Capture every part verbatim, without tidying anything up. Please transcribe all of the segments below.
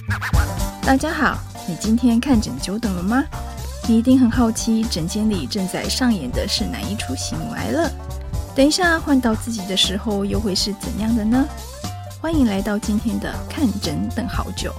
大家好，你今天看诊久等了吗？你一定很好奇诊间里正在上演的是哪一出喜怒哀乐？等一下换到自己的时候又会是怎样的呢？欢迎来到今天的看诊等好久。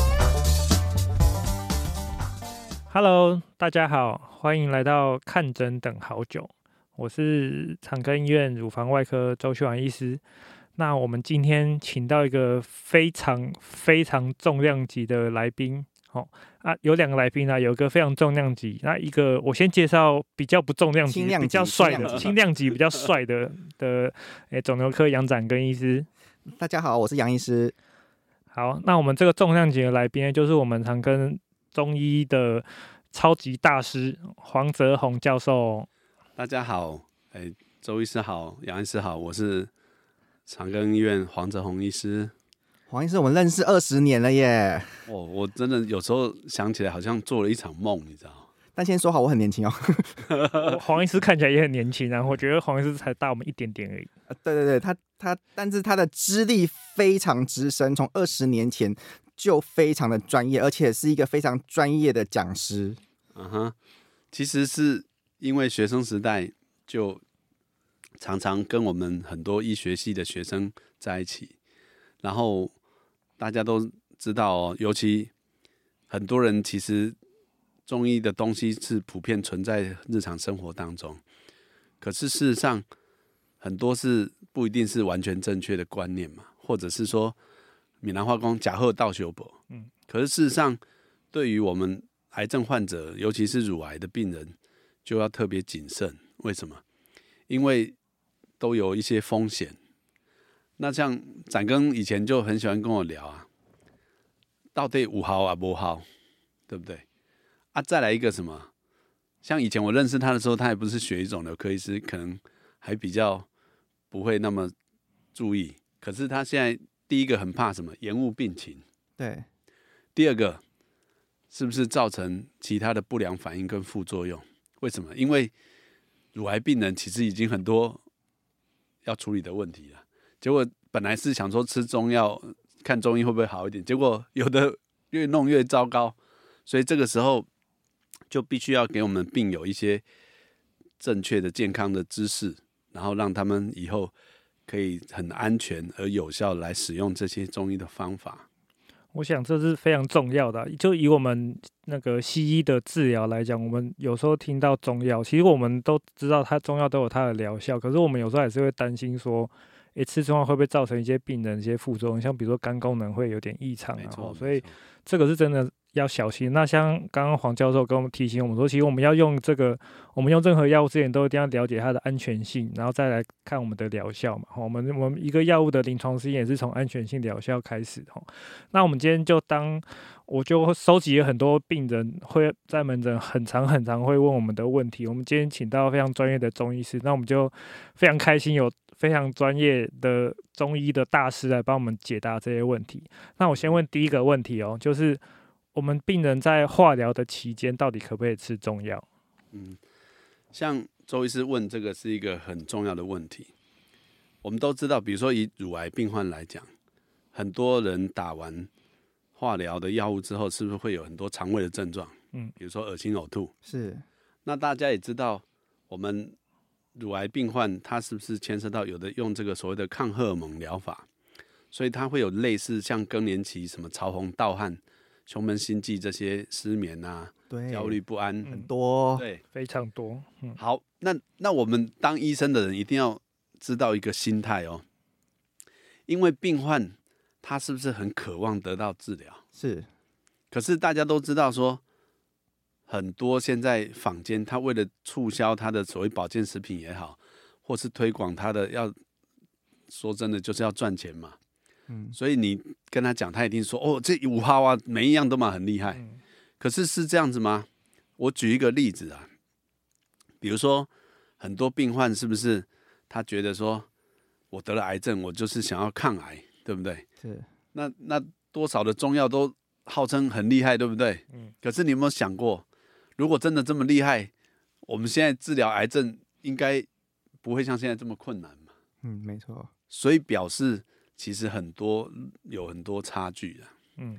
Hello， 大家好，欢迎来到看诊等好久。我是长庚医院乳房外科周秀涵医师。那我们今天请到一个非常非常重量级的来宾，哦啊，有两个来宾啊，有一个非常重量级，那一个我先介绍比较不重量级、 轻量级比较帅的轻量级比较帅的的诶肿瘤科杨展庚医师。 大家好，我是杨医师。 好，那我们这个重量级的来宾就是我们长庚中医的超级大师黄泽宏教授。 大家好，哎，周医师好，杨医师好，我是长庚医院黄泽宏医师。 黄医师，我们认识二十年了耶！ 哦，我真的有时候想起来，好像做了一场梦，你知道？ 但先说好，我很年轻哦。 黄医师看起来也很年轻啊，我觉得黄医师才大我们一点点而已。 呃、对对对，他他，但是他的资历非常资深，从二十年前就非常的专业，而且是一个非常专业的讲师。 嗯哼，其实是因为学生时代就常常跟我们很多医学系的学生在一起，然后大家都知道哦，尤其很多人其实中医的东西是普遍存在日常生活当中，可是事实上很多是不一定是完全正确的观念嘛，或者是说闽南话讲假货倒修博，嗯，可是事实上对于我们癌症患者，尤其是乳癌的病人，就要特别谨慎。为什么？因为都有一些风险。那像展庚以前就很喜欢跟我聊啊，到底有效啊没效，对不对？啊，再来一个什么？像以前我认识他的时候，他也不是血液肿瘤科医师，可能还比较不会那么注意。可是他现在第一个很怕什么？延误病情。 对。 第二个，是不是造成其他的不良反应跟副作用？为什么？因为乳癌病人其实已经很多要处理的问题了。结果本来是想说吃中药，看中医会不会好一点，结果有的越弄越糟糕。所以这个时候就必须要给我们病友一些正确的健康的知识，然后让他们以后可以很安全而有效来使用这些中医的方法。 我想这是非常重要的、啊。就以我们那个西医的治疗来讲，我们有时候听到中药，其实我们都知道它中药都有它的疗效，可是我们有时候还是会担心说，诶，吃中药会不会造成一些病人一些副作用，像比如说肝功能会有点异常啊，所以这个是真的要小心。那像刚刚黄教授跟我们提醒我们说，其实我们要用这个，我们用任何药物之前都一定要了解它的安全性，然后再来看我们的疗效嘛。我们我们一个药物的临床试验也是从安全性疗效开始。那我们今天就当我就收集了很多病人会在门诊很常很常会问我们的问题，我们今天请到非常专业的中医师，那我们就非常开心有非常专业的中医的大师来帮我们解答这些问题。那我先问第一个问题哦，就是我们病人在化疗的期间到底可不可以吃中药？ 嗯，像周医师问这个是一个很重要的问题。我们都知道，比如说以乳癌病患来讲，很多人打完化疗的药物之后，是不是会有很多肠胃的症状？嗯，比如说恶心、呕吐。 是。 那大家也知道，我们乳癌病患他是不是牵涉到有的用这个所谓的抗荷尔蒙疗法，所以他会有类似像更年期什么潮红、盗汗、胸闷、心悸这些失眠啊，焦虑不安很多， 对， 非常多。 嗯、好，那那我们当医生的人一定要知道一个心态哦，因为病患他是不是很渴望得到治疗？ 是， 可是大家都知道说，很多现在坊间他为了促销他的所谓保健食品也好，或是推广他的，要说真的就是要赚钱嘛。嗯，所以你跟他讲，他一定说哦，这五号啊，每一样都嘛很厉害。嗯、可是是这样子吗？我举一个例子啊，比如说很多病患是不是他觉得说，我得了癌症，我就是想要抗癌，对不对？ 是。 那那多少的中药都号称很厉害，对不对？嗯。可是你有没有想过，如果真的这么厉害，我们现在治疗癌症应该不会像现在这么困难嘛？ 嗯，没错。 所以表示其实很多有很多差距的。嗯，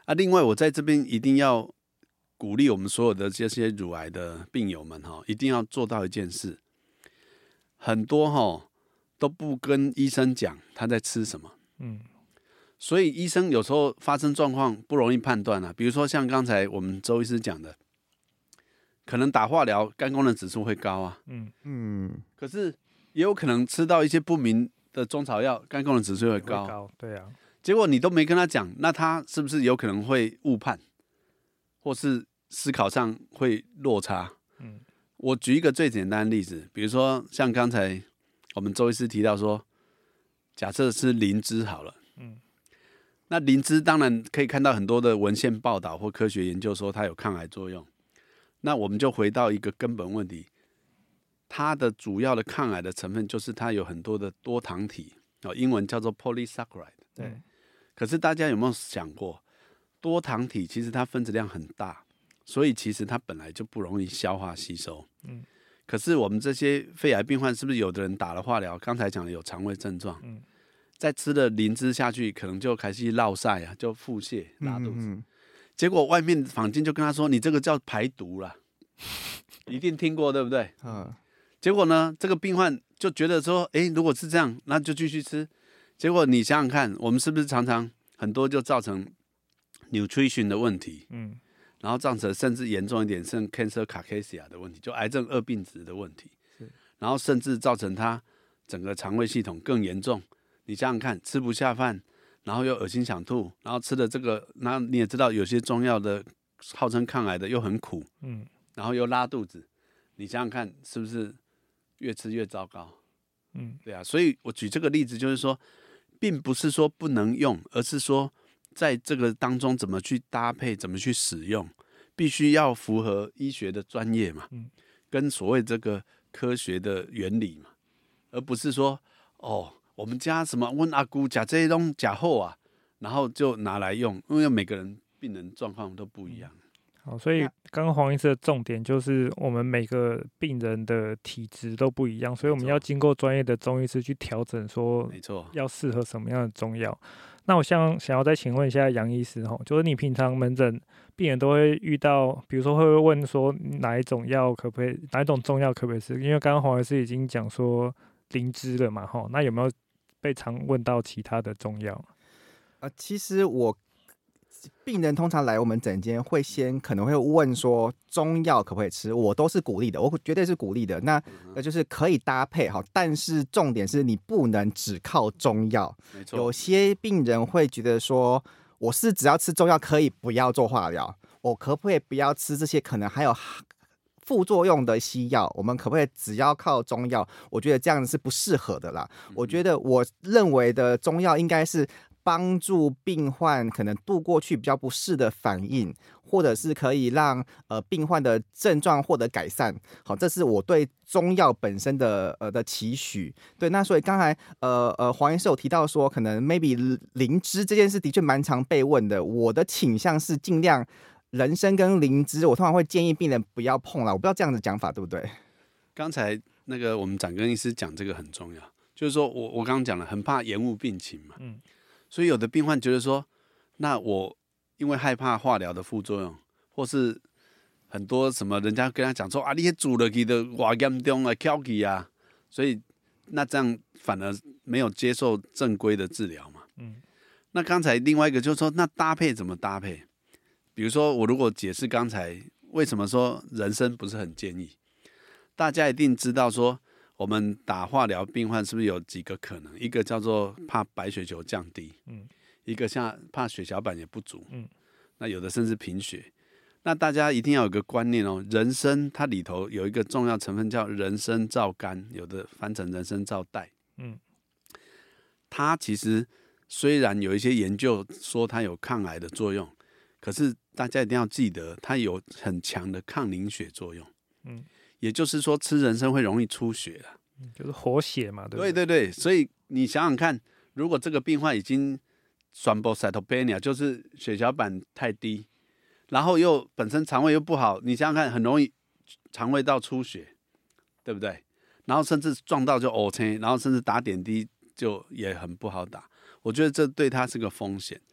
啊。另外，我在这边一定要鼓励我们所有的这些乳癌的病友们哈，一定要做到一件事，很多哈都不跟医生讲他在吃什么，嗯，所以医生有时候发生状况不容易判断啊。比如说像刚才我们周医师讲的，可能打化疗肝功能指数会高啊，嗯嗯，可是也有可能吃到一些不明的中草药，肝功能指数会高， 会高，对啊。 结果你都没跟他讲，那他是不是有可能会误判，或是思考上会落差？嗯，我举一个最简单的例子，比如说像刚才我们周医师提到说，假设是灵芝好了，嗯，那灵芝当然可以看到很多的文献报道或科学研究说它有抗癌作用，那我们就回到一个根本问题，它的主要的抗癌的成分就是它有很多的多糖体，哦，英文叫做 polysaccharide， 对。可是大家有没有想过，多糖体其实它分子量很大，所以其实它本来就不容易消化吸收。嗯，可是我们这些肺癌病患，是不是有的人打了化疗，刚才讲的有肠胃症状，嗯，再吃了灵芝下去，可能就开始落晒啊，就腹泻、拉肚子。嗯嗯，结果外面坊间就跟他说，你这个叫排毒啦，一定听过对不对？嗯。结果呢，这个病患就觉得说，哎，如果是这样，那就继续吃。结果你想想看，我们是不是常常很多就造成 nutrition 的问题，嗯，然后造成甚至严重一点，甚至 cancer cachexia 的问题，就癌症二病子的问题，然后甚至造成他整个肠胃系统更严重。你想想看，吃不下饭，然后又恶心想吐，然后吃的这个，那你也知道有些中药的号称抗癌的又很苦，嗯，然后又拉肚子，你想想看是不是越吃越糟糕？嗯，对啊，所以我举这个例子就是说，并不是说不能用，而是说在这个当中怎么去搭配，怎么去使用，必须要符合医学的专业嘛，嗯，跟所谓这个科学的原理嘛，而不是说哦，我们家什么问阿姑假这些东假后啊，然后就拿来用，因为每个人病人状况都不一样。 好，所以刚刚黄医师的重点就是我们每个病人的体质都不一样，所以我们要经过专业的中医师去调整，说没错，要适合什么样的中药。那我想想要再请问一下杨医师，就是你平常门诊病人都会遇到，比如说会问说哪一种药可不可以，哪一种中药可不可以吃？因为刚刚黄医师已经讲说灵芝了嘛，那有没有被常问到其他的中药？ 呃，其实我。病人通常来我们诊间会先可能会问说中药可不可以吃，我都是鼓励的，我绝对是鼓励的。那呃就是可以搭配哈，但是重点是你不能只靠中药。有些病人会觉得说，我是只要吃中药可以不要做化疗，我可不可以不要吃这些可能还有副作用的西药？我们可不可以只要靠中药？我觉得这样是不适合的啦。我觉得我认为的中药应该是帮助病患可能度过去比较不适的反应，或者是可以让呃病患的症状获得改善。好，这是我对中药本身的呃的期许。对，那所以刚才呃呃黄医师有提到说，可能 maybe 灵芝这件事的确蛮常被问的。我的倾向是尽量人参跟灵芝，我通常会建议病人不要碰啦。我不知道这样的讲法对不对？ 刚才那个我们展根医师讲这个很重要，就是说我我刚刚讲了，很怕延误病情嘛，嗯。所以有的病患觉得说，那我因为害怕化疗的副作用，或是很多什么人家跟他讲说啊，你煮了去的哇严重啊，翘起啊，所以那这样反而没有接受正规的治疗嘛。嗯。那刚才另外一个就是说，那搭配怎么搭配？比如说我如果解释刚才为什么说人参不是很建议，大家一定知道说，我们打化疗病患是不是有几个可能？一个叫做怕白血球降低，嗯，一个像怕血小板也不足，嗯，那有的甚至贫血。那大家一定要有个观念哦，人参它里头有一个重要成分叫人参皂苷，有的翻成人参皂带，嗯，它其实虽然有一些研究说它有抗癌的作用，可是大家一定要记得，它有很强的抗凝血作用，嗯。也就是说，吃人参会容易出血了， 就是活血嘛，对不对？ 对对对，所以你想想看，如果这个病患已经 thrombocytopenia， 就是血小板太低，然后又本身肠胃又不好，你想想看，很容易肠胃道出血，对不对？然后甚至撞到就 O C， 然后甚至打点滴就也很不好打。我觉得这对他是个风险。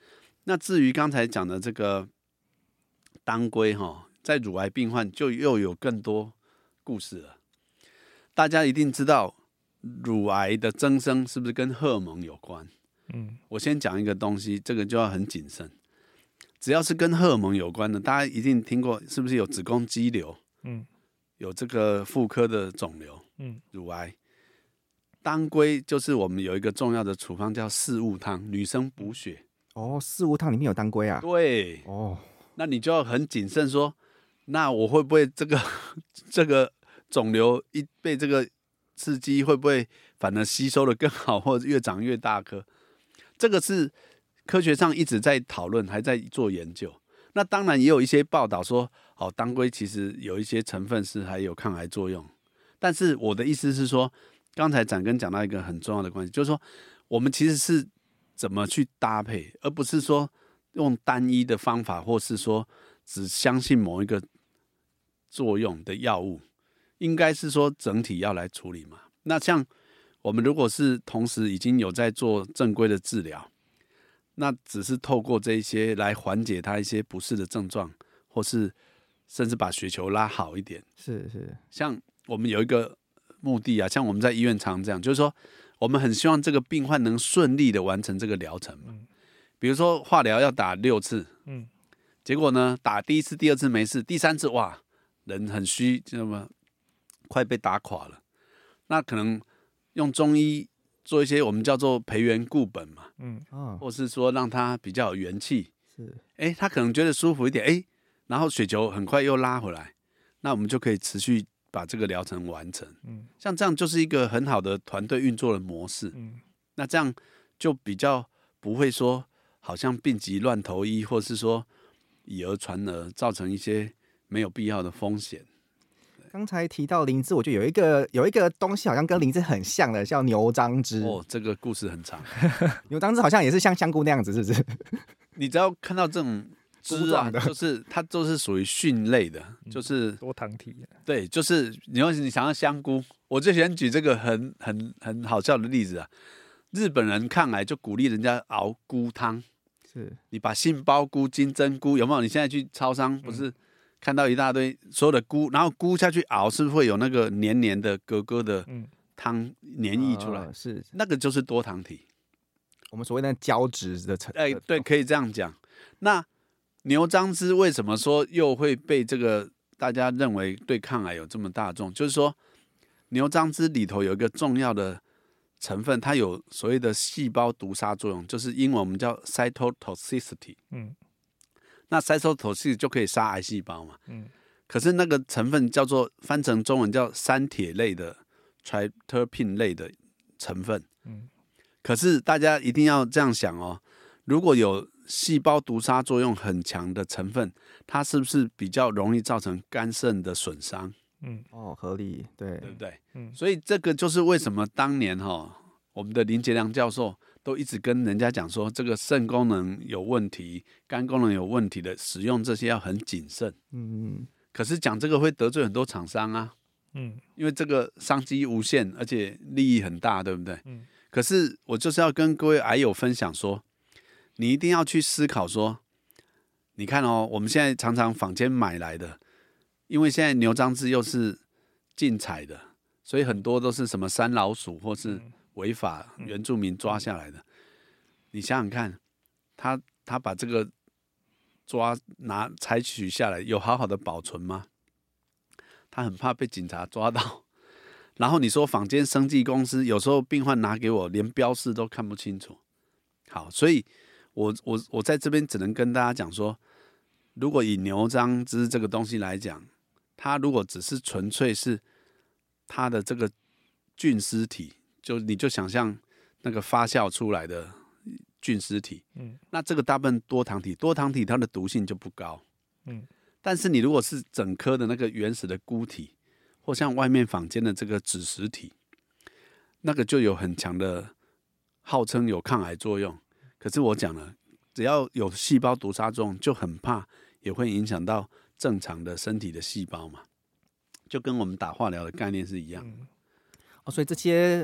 那至于刚才讲的这个当归哈，在乳癌病患就又有更多故事了。大家一定知道乳癌的增生是不是跟荷尔蒙有关？嗯，我先讲一个东西，这个就要很谨慎。只要是跟荷尔蒙有关的，大家一定听过，是不是有子宫肌瘤？嗯，有这个妇科的肿瘤，嗯，乳癌。当归就是我们有一个重要的处方叫四物汤，女生补血。 哦，四物汤里面有当归啊？ 对，哦，那你就要很谨慎说，那我会不会这个这个肿瘤一被这个刺激，会不会反而吸收的更好，或者越长越大颗？这个是科学上一直在讨论，还在做研究。那当然也有一些报道说，哦，当归其实有一些成分是还有抗癌作用。但是我的意思是说，刚才展根讲到一个很重要的关系，就是说我们其实是怎么去搭配，而不是说用单一的方法，或是说只相信某一个作用的药物，应该是说整体要来处理嘛。那像我们如果是同时已经有在做正规的治疗，那只是透过这一些来缓解他一些不适的症状，或是甚至把血球拉好一点。 是是， 像我们有一个目的啊，像我们在医院常这样，就是说我们很希望这个病患能顺利的完成这个疗程嘛。嗯、比如说化疗要打六次，嗯，结果呢打第一次、第二次没事，第三次哇人很虚，知道吗？快被打垮了。那可能用中医做一些我们叫做培元固本嘛，嗯，或是说让他比较有元气，是，哎，他可能觉得舒服一点，哎，然后血球很快又拉回来，那我们就可以持续把这个疗程完成。嗯，像这样就是一个很好的团队运作的模式。嗯，那这样就比较不会说好像病急乱投医，或是说以讹传讹，造成一些没有必要的风险。 刚才提到灵芝，我觉得有一个有一个东西好像跟灵芝很像的，叫牛樟芝。 哦，这个故事很长。 牛樟芝好像也是像香菇那样子，是不是？ 你只要看到这种枝啊，就是它都是属于蕈类的，就是多糖体。 对，就是你要你想要香菇，我最喜欢举这个很很很好笑的例子啊。日本人抗癌就鼓励人家熬菇汤，是你把杏鲍菇、金针菇有没有？你现在去超商不是？嗯，看到一大堆所有的菇，然后菇下去熬，是不是会有那个黏黏的、格格的汤黏液出来？嗯呃、是，那个就是多糖体， 我们所谓的胶质的成分。 哎，对，可以这样讲。那牛樟芝为什么说又会被这个大家认为对抗癌有这么大众？就是说，牛樟芝里头有一个重要的成分，它有所谓的细胞毒杀作用，就是英文我们叫 cytotoxicity。嗯。那 cytotoxicity 就可以杀癌细胞嘛，嗯，可是那个成分叫做翻成中文叫三铁类的 triterpene 类的成分，嗯，可是大家一定要这样想哦，如果有细胞毒杀作用很强的成分，它是不是比较容易造成肝肾的损伤？ 嗯，哦，合理，对， 对不对？嗯，所以这个就是为什么当年哈、哦，我们的林杰良教授都一直跟人家讲说，这个肾功能有问题、肝功能有问题的，使用这些要很谨慎。嗯，可是讲这个会得罪很多厂商啊。嗯，因为这个商机无限，而且利益很大，对不对？嗯。可是我就是要跟各位癌友分享说，你一定要去思考说，你看哦，我们现在常常坊间买来的，因为现在牛樟芝又是禁采的，所以很多都是什么山老鼠或是违法原住民抓下来的，你想想看，他他把这个抓拿采取下来，有好好的保存吗？他很怕被警察抓到。然后你说坊间生技公司，有时候病患拿给我，连标示都看不清楚。好，所以我我我在这边只能跟大家讲说，如果以牛樟芝这个东西来讲，它如果只是纯粹是它的这个菌丝体，就你就想象那个发酵出来的菌丝体，嗯，那这个大部分多糖体，多糖体它的毒性就不高，嗯，但是你如果是整颗的那个原始的菇体，或像外面坊间的这个子实体，那个就有很强的号称有抗癌作用，可是我讲了，只要有细胞毒杀作用，就很怕也会影响到正常的身体的细胞嘛，就跟我们打化疗的概念是一样的。 哦，所以这些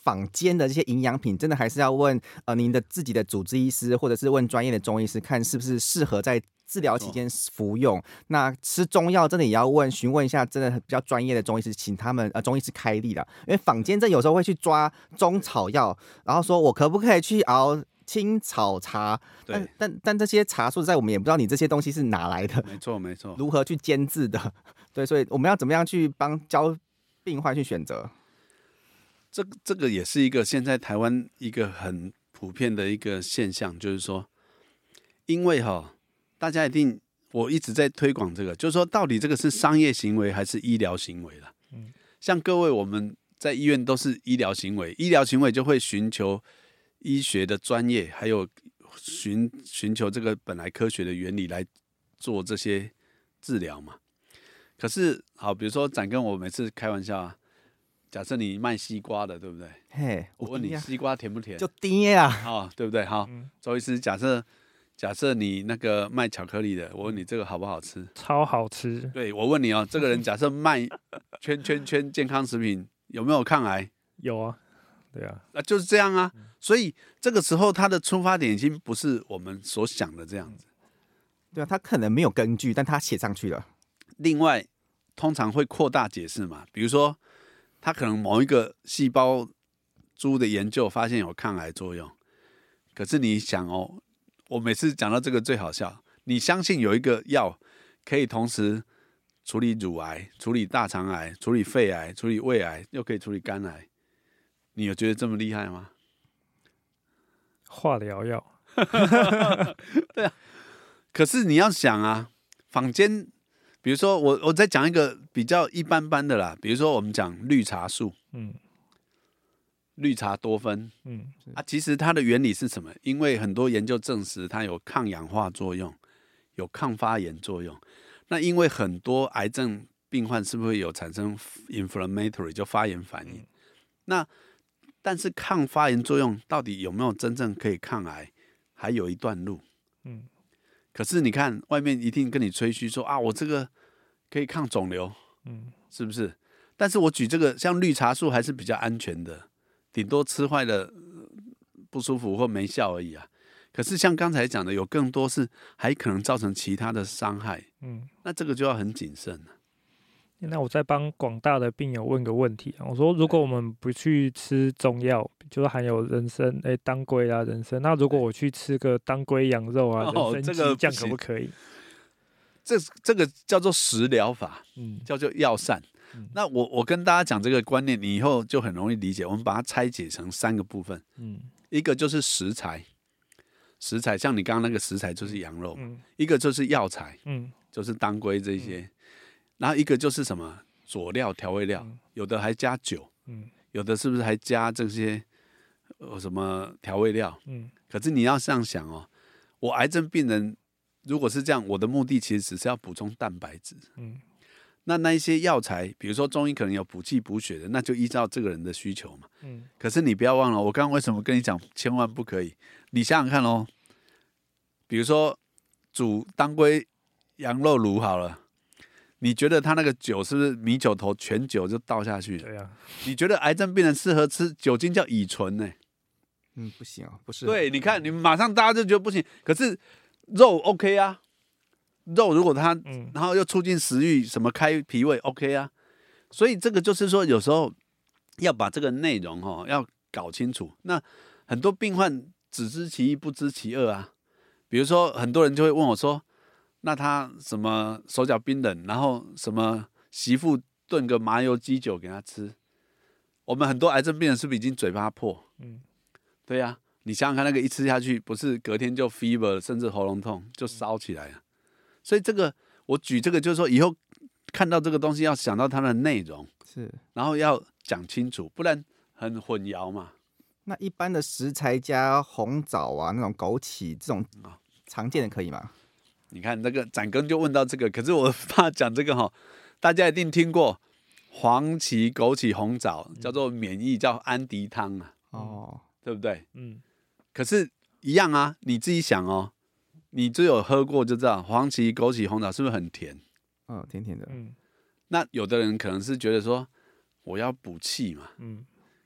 坊间的这些营养品，真的还是要问呃您的自己的主治医师，或者是问专业的中医师，看是不是适合在治疗期间服用。哦、那吃中药真的也要问询问一下，真的比较专业的中医师，请他们呃中医师开立啦。因为坊间真有时候会去抓中草药，然后说我可不可以去熬青草茶？但但但这些茶，说实在，我们也不知道你这些东西是哪来的， 没错没错， 如何去煎制的？对，所以我们要怎么样去帮教病患去选择？ 这这个也是一个现在台湾一个很普遍的一个现象，就是说，因为哈，大家一定我一直在推广这个，就是说，到底这个是商业行为还是医疗行为啦？嗯，像各位我们在医院都是医疗行为，医疗行为就会寻求医学的专业，还有寻寻求这个本来科学的原理来做这些治疗嘛。可是好，比如说展跟我每次开玩笑啊。假设你卖西瓜的，对不对？ 嘿， 我问你，西瓜甜不甜？ 就甜啊， 哦，对不对？好，嗯、周医师，假设假设你那个卖巧克力的，我问你这个好不好吃？ 超好吃。 对，我问你哦，这个人假设卖圈圈圈健康食品，有没有抗癌？ 有啊，对啊， 那、啊、就是这样啊。所以这个时候他的出发点已经不是我们所想的这样子。 对啊，他可能没有根据，但他写上去了。 另外，通常会扩大解释嘛，比如说。他可能某一个细胞株的研究发现有抗癌作用，可是你想哦，我每次讲到这个最好笑，你相信有一个药可以同时处理乳癌、处理大肠癌、处理肺癌、处理胃癌，又可以处理肝癌，你有觉得这么厉害吗？ 化疗药， 对啊。可是你要想啊，坊间。比如说我我再讲一个比较一般般的啦，比如说我们讲绿茶素，嗯，绿茶多酚，嗯啊，其实它的原理是什么？因为很多研究证实它有抗氧化作用，有抗发炎作用。那因为很多癌症病患是不是有产生 inflammatory 就发炎反应？嗯、那但是抗发炎作用到底有没有真正可以抗癌，还有一段路，嗯。可是你看，外面一定跟你吹嘘说啊，我这个可以抗肿瘤，嗯，是不是？但是我举这个像绿茶素还是比较安全的，顶多吃坏了不舒服或没效而已啊。可是像刚才讲的，有更多是还可能造成其他的伤害，嗯，那这个就要很谨慎了。 那我再帮广大的病友问个问题，我说，如果我们不去吃中药，就是含有人参、哎当归啊、人参，那如果我去吃个当归羊肉啊、 哦、 人参鸡， 这个这样可不可以？ 这这个叫做食疗法，嗯，叫做药膳。嗯、那我我跟大家讲这个观念，你以后就很容易理解。我们把它拆解成三个部分，嗯，一个就是食材，食材像你刚刚那个食材就是羊肉，嗯，一个就是药材，嗯，就是当归这些。嗯，然后一个就是什么佐料、调味料，嗯、有的还加酒，嗯，有的是不是还加这些呃什么调味料？嗯，可是你要这样想哦，我癌症病人如果是这样，我的目的其实只是要补充蛋白质，嗯，那那一些药材，比如说中医可能有补气补血的，那就依照这个人的需求嘛，嗯，可是你不要忘了，我刚刚为什么跟你讲千万不可以？你想想看哦，比如说煮当归羊肉卤好了。你觉得他那个酒是不是米酒头全酒就倒下去？ 对啊。 你觉得癌症病人适合吃酒精叫乙醇呢？ 嗯，不行啊，不是。 对，你看，你马上大家就觉得不行。可是肉 OK 啊，肉如果它，嗯、然后又促进食欲，什么开脾胃 OK 啊。所以这个就是说，有时候要把这个内容哦要搞清楚。那很多病患只知其一不知其二啊。比如说，很多人就会问我说。那他什么手脚冰冷，然后什么媳妇炖个麻油鸡酒给他吃，我们很多癌症病人是不是已经嘴巴破？嗯，对呀、啊，你想想看，那个一吃下去，不是隔天就 fever， 甚至喉咙痛就烧起来了。所以这个我举这个就是说，以后看到这个东西要想到它的内容， 是， 然后要讲清楚，不然很混淆嘛。 那一般的食材加红枣啊，那种枸杞这种常见的可以吗？ 你看那个展庚就问到这个，可是我怕讲这个哈，大家一定听过黄芪、枸杞、红枣，叫做免疫，叫安迪汤啊，哦，对不对？嗯，可是一样啊，你自己想哦，你只有喝过就知道，黄芪、枸杞、红枣是不是很甜？ 嗯，甜甜的。 嗯，那有的人可能是觉得说我要补气嘛，嗯，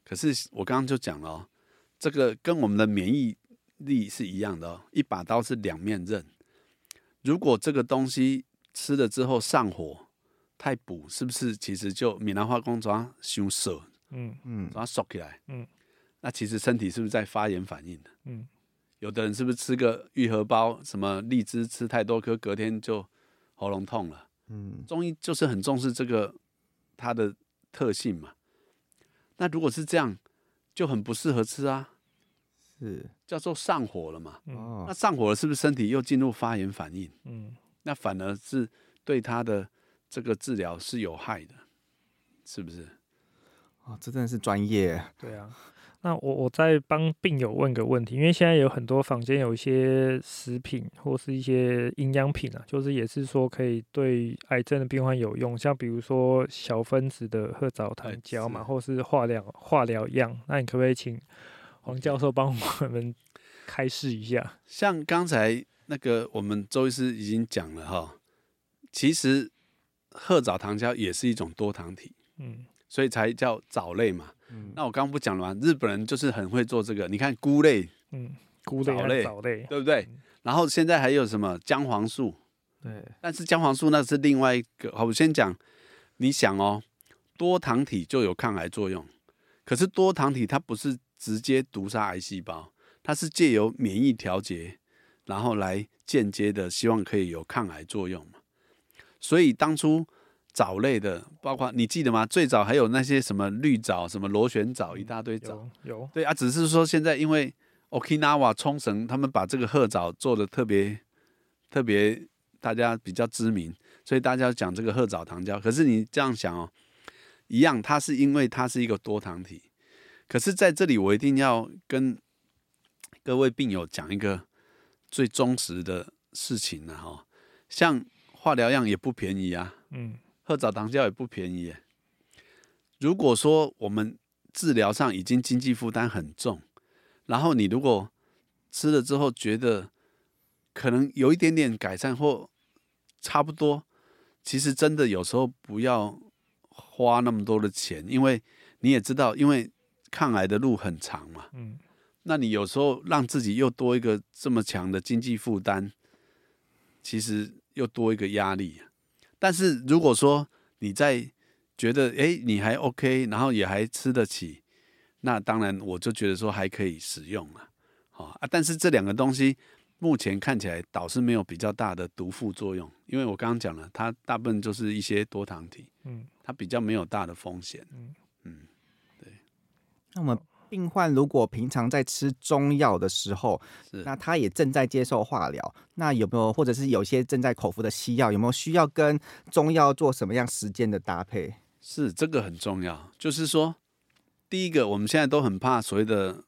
可是我刚刚就讲了哦，这个跟我们的免疫力是一样的哦，一把刀是两面刃。如果这个东西吃了之后上火太补，是不是其实就闽南话讲抓伤涩， 嗯嗯， 抓缩起来？ 嗯， 那其实身体是不是在发炎反应的？ 嗯， 有的人是不是吃个玉荷包、什么荔枝吃太多颗，隔天就喉咙痛了？ 嗯， 中医就是很重视这个它的特性嘛。那如果是这样，就很不适合吃啊， 是叫做上火了嘛。 哦那，上火了，是不是身体又进入发炎反应？ 嗯， 那反而是对他的这个治疗是有害的，是不是？ 哦，这真的是专业。 对啊。那我我再帮病友问个问题，因为现在有很多坊间有一些食品或是一些营养品啊，就是也是说可以对癌症的病患有用，像比如说小分子的褐藻糖胶嘛， 哎是或是化疗化疗样。那你可不可以请黄教授帮我们开示一下？ 像刚才那个我们周医师已经讲了哈，其实褐藻糖胶也是一种多糖体， 嗯所以才叫藻类嘛。 嗯， 那我刚刚不讲了吗？日本人就是很会做这个，你看菇类， 嗯，菇类和藻类藻类， 对不对？然后现在还有什么姜黄素， 对， 但是姜黄素那是另外一个。好，我先讲，你想哦，多糖体就有抗癌作用，可是多糖体它不是直接毒杀癌细胞，它是借由免疫调节，然后来间接的希望可以有抗癌作用嘛。所以当初藻类的，包括你记得吗？最早还有那些什么绿藻、什么螺旋藻，一大堆藻。 有有， 对啊，只是说现在因为 Okinawa 冲绳他们把这个褐藻做的特别特别，大家比较知名，所以大家讲这个褐藻糖胶。可是你这样想哦，一样，它是因为它是一个多糖体。可是在这里，我一定要跟各位病友讲一个最忠实的事情呢，哈，像化疗样也不便宜啊， 嗯褐藻糖胶也不便宜耶。如果说我们治疗上已经经济负担很重，然后你如果吃了之后觉得可能有一点点改善或差不多，其实真的有时候不要花那么多的钱，因为你也知道，因为抗癌的路很长嘛。 嗯那你有时候让自己又多一个这么强的经济负担，其实又多一个压力。但是如果说你在觉得哎你还 OK， 然后也还吃得起，那当然我就觉得说还可以使用了，好啊。但是这两个东西目前看起来倒是没有比较大的毒副作用，因为我刚刚讲了，它大部分就是一些多糖体， 嗯它比较没有大的风险。 嗯嗯， 那我们病患如果平常在吃中药的时候， 是那他也正在接受化疗，那有没有或者是有些正在口服的西药，有没有需要跟中药做什么样时间的搭配？ 是这个很重要，就是说，第一个我们现在都很怕所谓的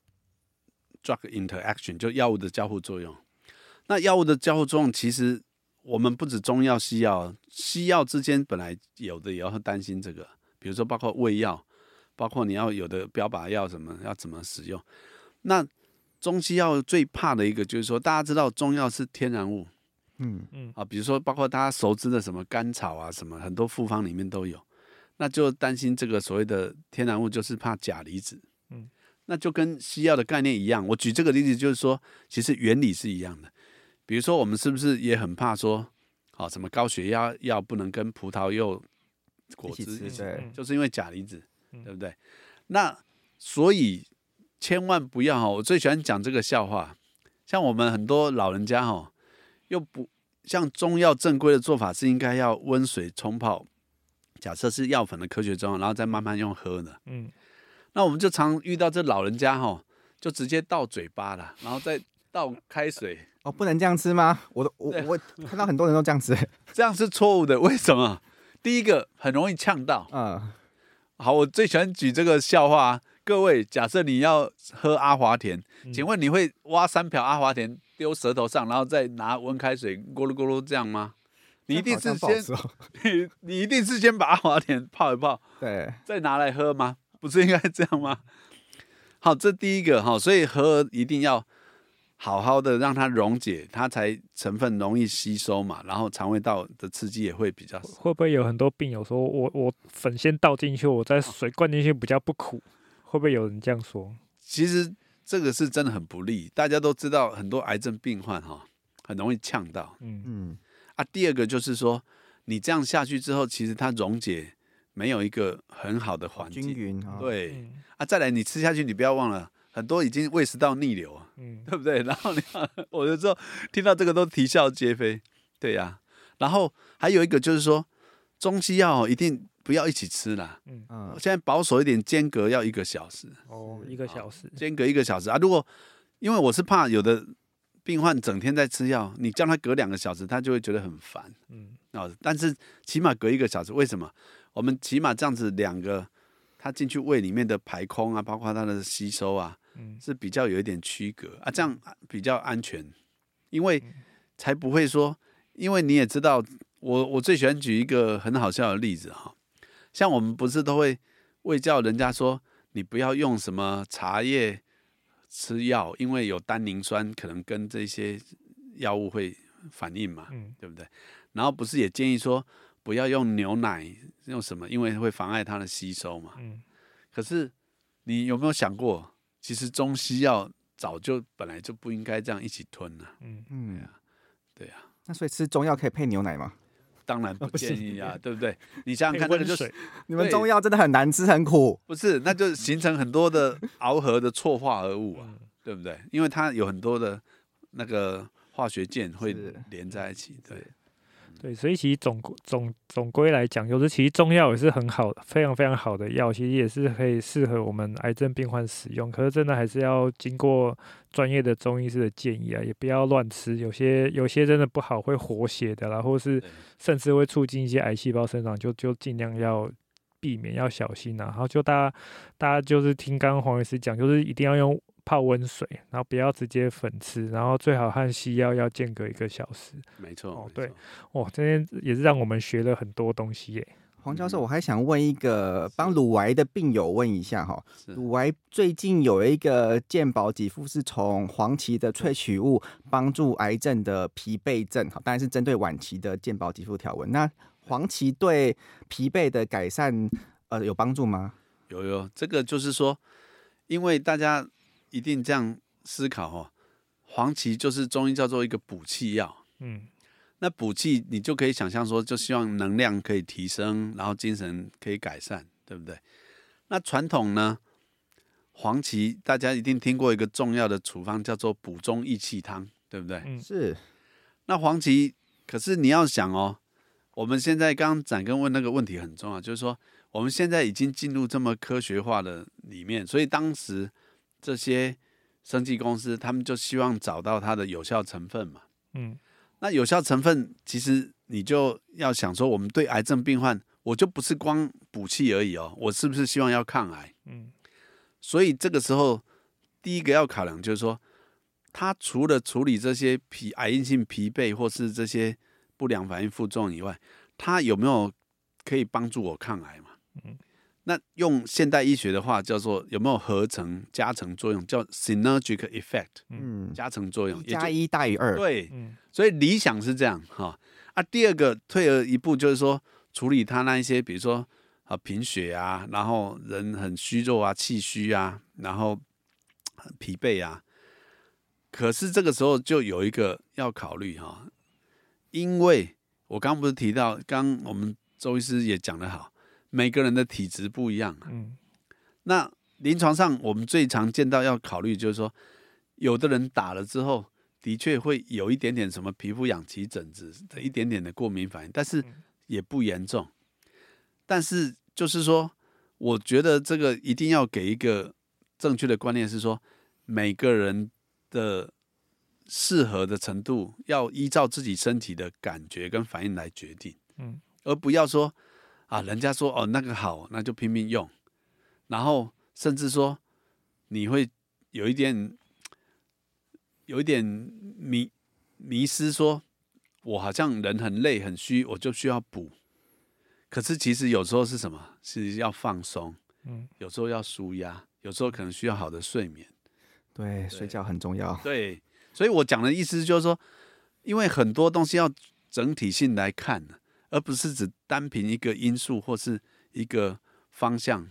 drug interaction， 就药物的交互作用。那药物的交互作用，其实我们不止中药、西药，西药之间本来有的也要担心这个，比如说包括胃药，包括你要有的标靶药什么要怎么使用。那中西药最怕的一个就是说，大家知道中药是天然物， 嗯嗯啊，比如说包括大家熟知的什么甘草啊，什么很多复方里面都有，那就担心这个所谓的天然物，就是怕钾离子。 嗯， 那就跟西药的概念一样。我举这个例子就是说，其实原理是一样的。比如说，我们是不是也很怕说，好、什么高血压药不能跟葡萄柚果汁一起吃一起， 对就是因为钾离子， 嗯对不对？那所以千万不要哈，我最喜欢讲这个笑话。像我们很多老人家哈，又不像中药正规的做法是应该要温水冲泡，假设是药粉的科学中药，然后再慢慢用喝的。 嗯那我们就常遇到这老人家哈，就直接倒嘴巴了，然后再倒开水， 哦，不能这样吃吗？我都我对我看到很多人都这样吃。 这样是错误的。为什么？第一个很容易呛到。 嗯， 好，我最喜欢举这个笑话、啊。各位，假设你要喝阿华田， 嗯请问你会挖三瓢阿华田丢舌头上，然后再拿温开水咕噜咕噜这样吗？你一定是先， 这样好像不好说你你一定是先把阿华田泡一泡， 对， 再拿来喝吗？不是应该这样吗？好，这第一个哈，所以喝一定要好好的让它溶解，它才成分容易吸收嘛，然后肠胃道的刺激也会比较少。 会不会有很多病友说我我粉先倒进去，我再水灌进去比较不苦？ 会不会有人这样说？ 其实这个是真的很不利，大家都知道很多癌症病患哈、哦，很容易呛到。 嗯嗯啊，第二个就是说，你这样下去之后，其实它溶解没有一个很好的环境， 均匀啊， 对、 嗯啊，再来你吃下去，你不要忘了，很多已经胃食道逆流啊， 嗯对不对？然后你我有时候听到这个都啼笑皆非，对呀、啊。然后还有一个就是说，中西药一定不要一起吃啦。 嗯嗯现在保守一点，间隔要一个小时， 哦，一个小时， 间隔一个小时啊。如果因为我是怕有的病患整天在吃药，你叫他隔两个小时，他就会觉得很烦嗯哦。但是起码隔一个小时，为什么？我们起码这样子两个，他进去胃里面的排空啊，包括它的吸收啊， 嗯是比较有一点区隔啊，这样比较安全，因为才不会说，因为你也知道，我我最喜欢举一个很好笑的例子哈，像我们不是都会卫教人家说，你不要用什么茶叶吃药，因为有单宁酸，可能跟这些药物会反应嘛， 嗯对不对？然后不是也建议说，不要用牛奶，用什么？因为会妨碍它的吸收嘛。 嗯可是你有没有想过，其实中西药早就本来就不应该这样一起吞了、啊。 嗯嗯， 对啊， 那所以吃中药可以配牛奶吗？ 当然不不行建议啊，对不对？你想想配看，那个就是温水， 你们对中药真的很难吃，很苦。 不是，那就形成很多的螯合的错化合物啊， 嗯对不对？因为它有很多的那个化学键会是连在一起，对。 对，所以其实总总总归来讲，就是其实中药也是很好的，非常非常好的药，其实也是可以适合我们癌症病患使用。可是真的还是要经过专业的中医师的建议啊，也不要乱吃。有些有些真的不好，会活血的啦，或是对甚至会促进一些癌细胞生长，就就尽量要避免，要小心啊。然后就大家大家就是听刚刚黄医师讲，就是一定要用泡温水，然后不要直接粉吃，然后最好和西药要间隔一个小时。 没错，没哦对错， 哇，今天也是让我们学了很多东西耶。 黄教授，我还想问一个，帮乳癌的病友问一下哈， 是乳癌最近有一个健保给付是从黄芪的萃取物帮助癌症的疲惫症，好，当然是针对晚期的健保给付条文。那黄芪对疲惫的改善，呃，有帮助吗？ 有有，这个就是说，因为大家一定这样思考哦，黄芪就是中医叫做一个补气药。 嗯那补气，你就可以想象说，就希望能量可以提升，然后精神可以改善，对不对？那传统呢，黄芪大家一定听过一个重要的处方叫做补中益气汤，对不对？ 嗯是， 那黄芪，可是你要想哦，我们现在刚刚展根问那个问题很重要，就是说我们现在已经进入这么科学化的里面，所以当时这些生技公司他们就希望找到它的有效成分嘛。 嗯那有效成分其实你就要想说，我们对癌症病患，我就不是光补气而已哦，我是不是希望要抗癌？ 嗯所以这个时候，第一个要考量就是说，它除了处理这些疲癌因性疲惫或是这些不良反应副作用以外，它有没有可以帮助我抗癌嘛？ 嗯那用现代医学的话叫做有没有合成加成作用，叫 synergic effect， 嗯， 加成作用，也就一加一大于二， 对， 嗯所以理想是这样哈啊。第二个退而一步就是说，处理他那一些，比如说啊贫血啊，然后人很虚弱啊、气虚啊，然后很疲惫啊。可是这个时候就有一个要考虑哈，因为我刚刚不是提到，刚我们周医师也讲得好，每个人的体质不一样啊。 嗯那临床上我们最常见到要考虑就是说，有的人打了之后，的确会有一点点什么皮肤痒、起疹子的一点点的过敏反应，但是也不严重。但是就是说，我觉得这个一定要给一个正确的观念，是说每个人的适合的程度要依照自己身体的感觉跟反应来决定， 嗯而不要说啊，人家说哦那个好，那就拼命用，然后甚至说你会有一点有一点迷迷失说，我好像人很累很虚，我就需要补。可是其实有时候是什么？是要放松， 嗯有时候要舒压，有时候可能需要好的睡眠。 对，睡觉很重要。 对，所以我讲的意思就是说，因为很多东西要整体性来看，而不是只单凭一个因素或是一个方向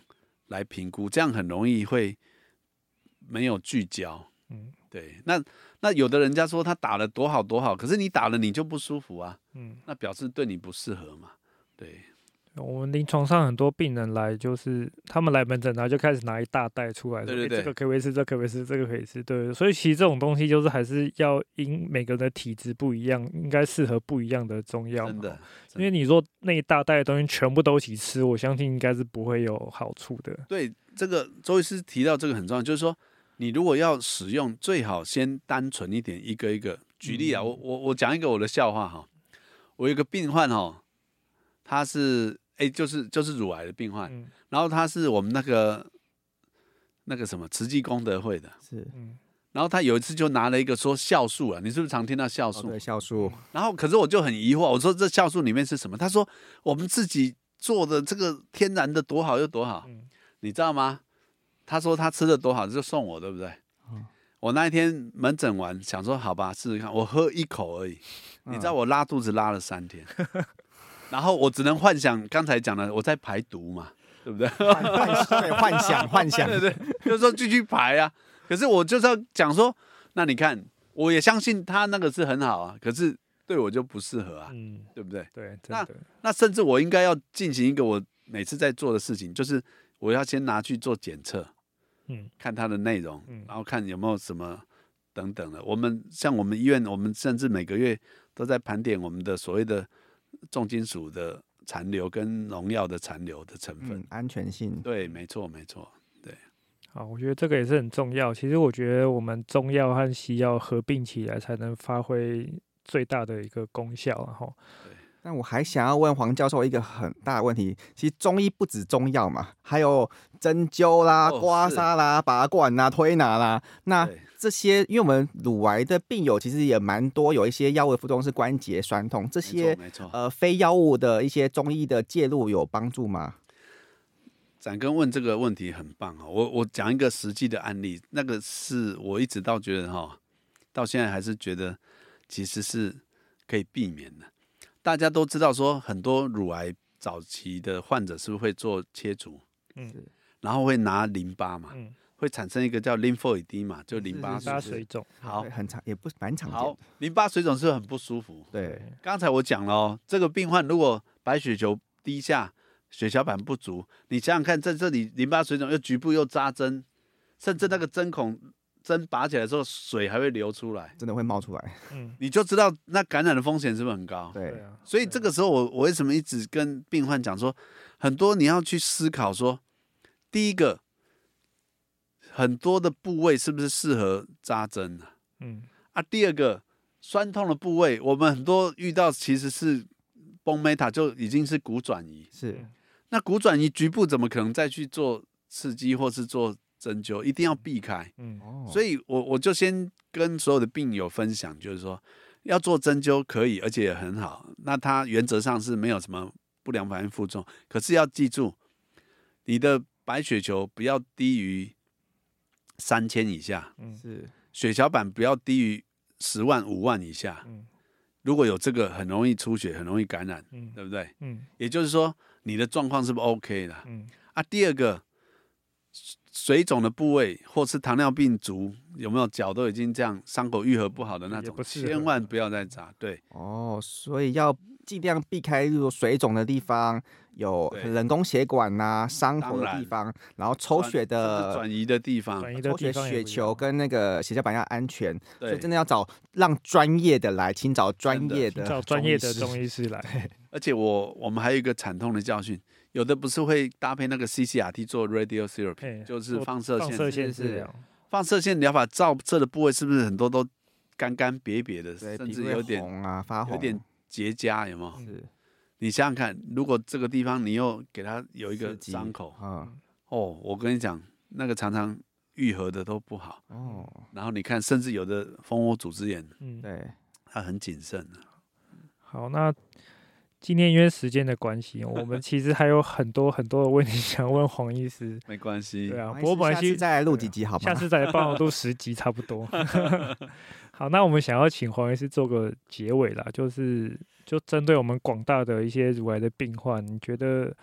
来评估，这样很容易会没有聚焦。 嗯， 对，那那有的人家说他打了多好多好，可是你打了你就不舒服啊， 嗯， 那表示对你不适合嘛。对， 我们临床上很多病人来，就是他们来门诊，然后就开始拿一大袋出来说， 对对对欸，这个可不可以吃，这个可不可以吃，这个可以吃，对，所以其实这种东西就是还是要因每个人的体质不一样，应该适合不一样的中药嘛。 真的， 因为你说那一大袋的东西全部都一起吃，我相信应该是不会有好处的。 对，这个周医师提到这个很重要，就是说你如果要使用，最好先单纯一点，一个一个。举例啊， 嗯、 我我我讲一个我的笑话哈，我有一个病患哈，他是哎、欸、就是就是乳癌的病患， 嗯、 然后他是我们那个那个什么慈济功德会的， 是， 嗯， 然后他有一次就拿了一个说酵素啊，你是不是常听到酵素？ 哦、对，酵素。 然后可是我就很疑惑，我说这酵素里面是什么？他说我们自己做的这个天然的多好又多好， 嗯、 你知道吗？他说他吃的多好就送我，对不对？ 嗯、 我那一天门诊完想说好吧试试看，我喝一口而已， 嗯、 你知道我拉肚子拉了三天，然后我只能幻想刚才讲的我在排毒嘛，对不对？ 幻对幻想幻想， 对对，就是说继续排啊。可是我就是要讲说，那你看，我也相信他那个是很好啊，可是对我就不适合啊， 嗯， 对不对？ 对，真那的， 那甚至我应该要进行一个我每次在做的事情，就是我要先拿去做检测， 嗯， 看它的内容， 嗯然后看有没有什么等等的。我们像我们医院，我们甚至每个月都在盘点我们的所谓的重金属的残留跟农药的残留的成分， 嗯，安全性。 对，没错，没错。 好，我觉得这个也是很重要。其实我觉得我们中药和西药合并起来，才能发挥最大的一个功效。然后， 但我还想要问黄教授一个很大的问题，其实中医不止中药嘛，还有针灸啦、 哦刮痧啦、拔罐啦、推拿啦，那对这些，因为我们乳癌的病友其实也蛮多，有一些药物的副作用是关节酸痛，这些没错，没错呃非药物的一些中医的介入有帮助吗？ 展根问这个问题很棒啊！我我讲一个实际的案例，那个是我一直到觉得哈，到现在还是觉得其实是可以避免的。大家都知道说，很多乳癌早期的患者是不是会做切除？ 嗯， 然后会拿淋巴嘛， 嗯， 会产生一个叫 lymphoid 嘛，就淋巴淋巴水水肿。 好对，很常也不蛮常见好的。， 淋巴水肿是很不舒服。 对， 刚才我讲了哦，这个病患如果白血球低下，血小板不足，你想想看，在这里淋巴水肿又局部又扎针，甚至那个针孔针拔起来的时候，水还会流出来， 真的会冒出来。 嗯， 你就知道那感染的风险是不是很高？ 对， 对啊。 所以这个时候我我为什么一直跟病患讲说，很多你要去思考说，第一个，很多的部位是不是适合扎针啊？ 嗯啊，第二个，酸痛的部位，我们很多遇到其实是崩 meta 就已经是骨转移， 是那骨转移局部怎么可能再去做刺激或是做针灸？一定要避开。 嗯哦， 所以我我就先跟所有的病友分享，就是说要做针灸可以，而且也很好。那它原则上是没有什么不良反应负重，可是要记住，你的白血球不要低于三千以下， 嗯是血小板不要低于十万五万以下。 嗯如果有这个，很容易出血，很容易感染， 嗯对不对？ 嗯也就是说，你的状况是不是 OK 的？ 嗯啊，第二个，水肿的部位或是糖尿病足，有没有脚都已经这样伤口愈合不好的那种也不，适合千万不要再扎。对哦，所以要尽量避开，例如水肿的地方，有对人工血管呐、伤口的地方，然后抽血甚至的转移的地方， 转移的抽血地方也不血球要跟那个血小板要安全，所以对真，的要找让专业的来，请找专业的找专业的中医师中医师来。 而且我我们还有一个惨痛的教训，有的不是会搭配那个 C C R T 做 radiotherapy， 嘿就是做放射放射线， 是线治疗。 放射线疗法照射的部位是不是很多都干干瘪瘪的， 对， 甚皮肤会至有点红啊，发红， 有点结痂，有没有？ 是你想想看，如果这个地方你又给它有一个刺激伤口， 嗯， 哦，我跟你讲，那个常常愈合的都不好。 哦， 然后你看，甚至有的蜂窝组织炎， 嗯， 对， 它很谨慎的。 好，那今天因为时间的关系，我们其实还有很多很多的问题想问黄医师。 没关系， 对啊， 黄不过本来其实医师下次再来录几集好吗？ 下次再帮我录十集差不多。好，那我们想要请黄医师做个结尾啦，就是就针对我们广大的一些乳癌的病患，你觉得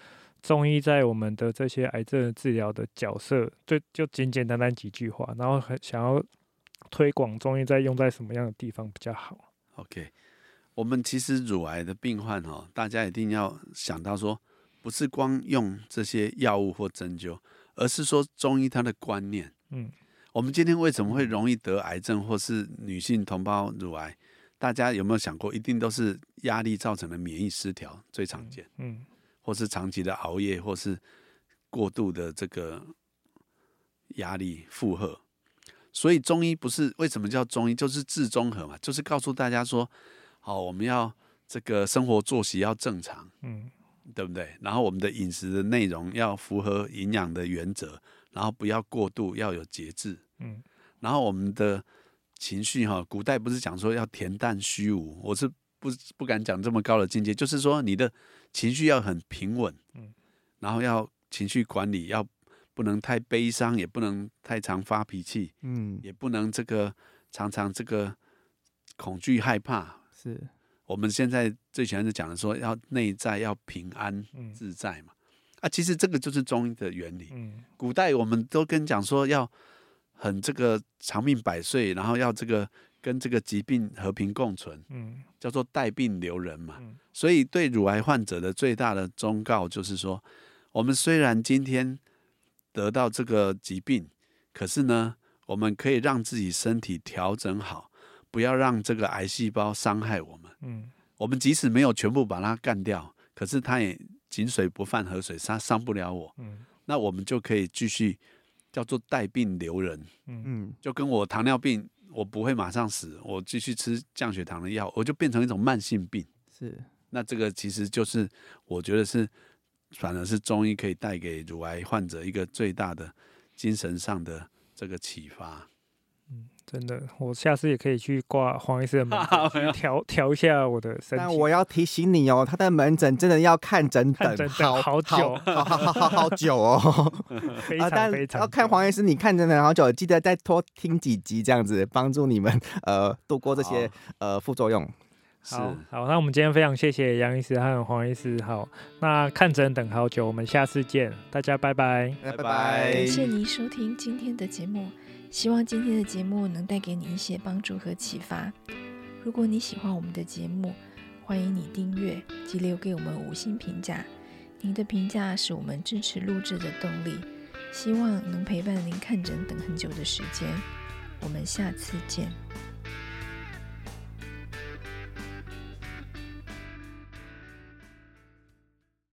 中医在我们的这些癌症的治疗的角色，就就简简单单几句话，然后很想要推广中医在用在什么样的地方比较好。 OK， 我们其实乳癌的病患哦，大家一定要想到说，不是光用这些药物或针灸，而是说中医它的观念。 嗯， 我们今天为什么会容易得癌症，或是女性同胞乳癌？大家有没有想过，一定都是压力造成的免疫失调最常见， 嗯， 或是长期的熬夜，或是过度的这个压力负荷。所以中医不是为什么叫中医，就是治中和嘛，就是告诉大家说，好，我们要这个生活作息要正常， 嗯， 对不对？然后我们的饮食的内容要符合营养的原则，然后不要过度，要有节制。 嗯， 然后我们的情绪哈，古代不是讲说要恬淡虚无，我是不不敢讲这么高的境界，就是说你的情绪要很平稳， 嗯， 然后要情绪管理，要不能太悲伤，也不能太常发脾气， 嗯， 也不能这个常常这个恐惧害怕。 是我们现在最喜欢是讲的说，要内在要平安自在嘛。啊，其实这个就是中医的原理。 嗯， 古代我们都跟讲说要很这个长命百岁，然后要这个跟这个疾病和平共存， 嗯， 叫做带病留人嘛。 嗯， 所以对乳癌患者的最大的忠告就是说，我们虽然今天得到这个疾病，可是呢，我们可以让自己身体调整好，不要让这个癌细胞伤害我们。 嗯， 我们即使没有全部把它干掉，可是它也井水不犯河水，它伤不了我。 嗯， 那我们就可以继续叫做带病留人。 嗯， 就跟我糖尿病，我不会马上死，我继续吃降血糖的药，我就变成一种慢性病。 是。 那这个其实就是我觉得是，反而是中医可以带给乳癌患者一个最大的精神上的这个启发。 真的，我下次也可以去挂黄医师的门诊，去调调一下我的身体。 但我要提醒你哦，他的门诊真的要看诊等看诊等好久， 好好好好好久哦。 非啊，但常非常要看黄医师，你看诊等好久，记得再多听几集，这样子帮助你们呃度过这些呃副作用。 好好，那我们今天非常谢谢杨医师和黄医师。好，那看诊等好久，我们下次见，大家拜拜， 拜拜拜。 感谢你收听今天的节目，希望今天的节目能带给你一些帮助和启发。如果你喜欢我们的节目，欢迎你订阅及留给我们五星评价。您的评价是我们支持录制的动力，希望能陪伴您看诊等很久的时间。我们下次见。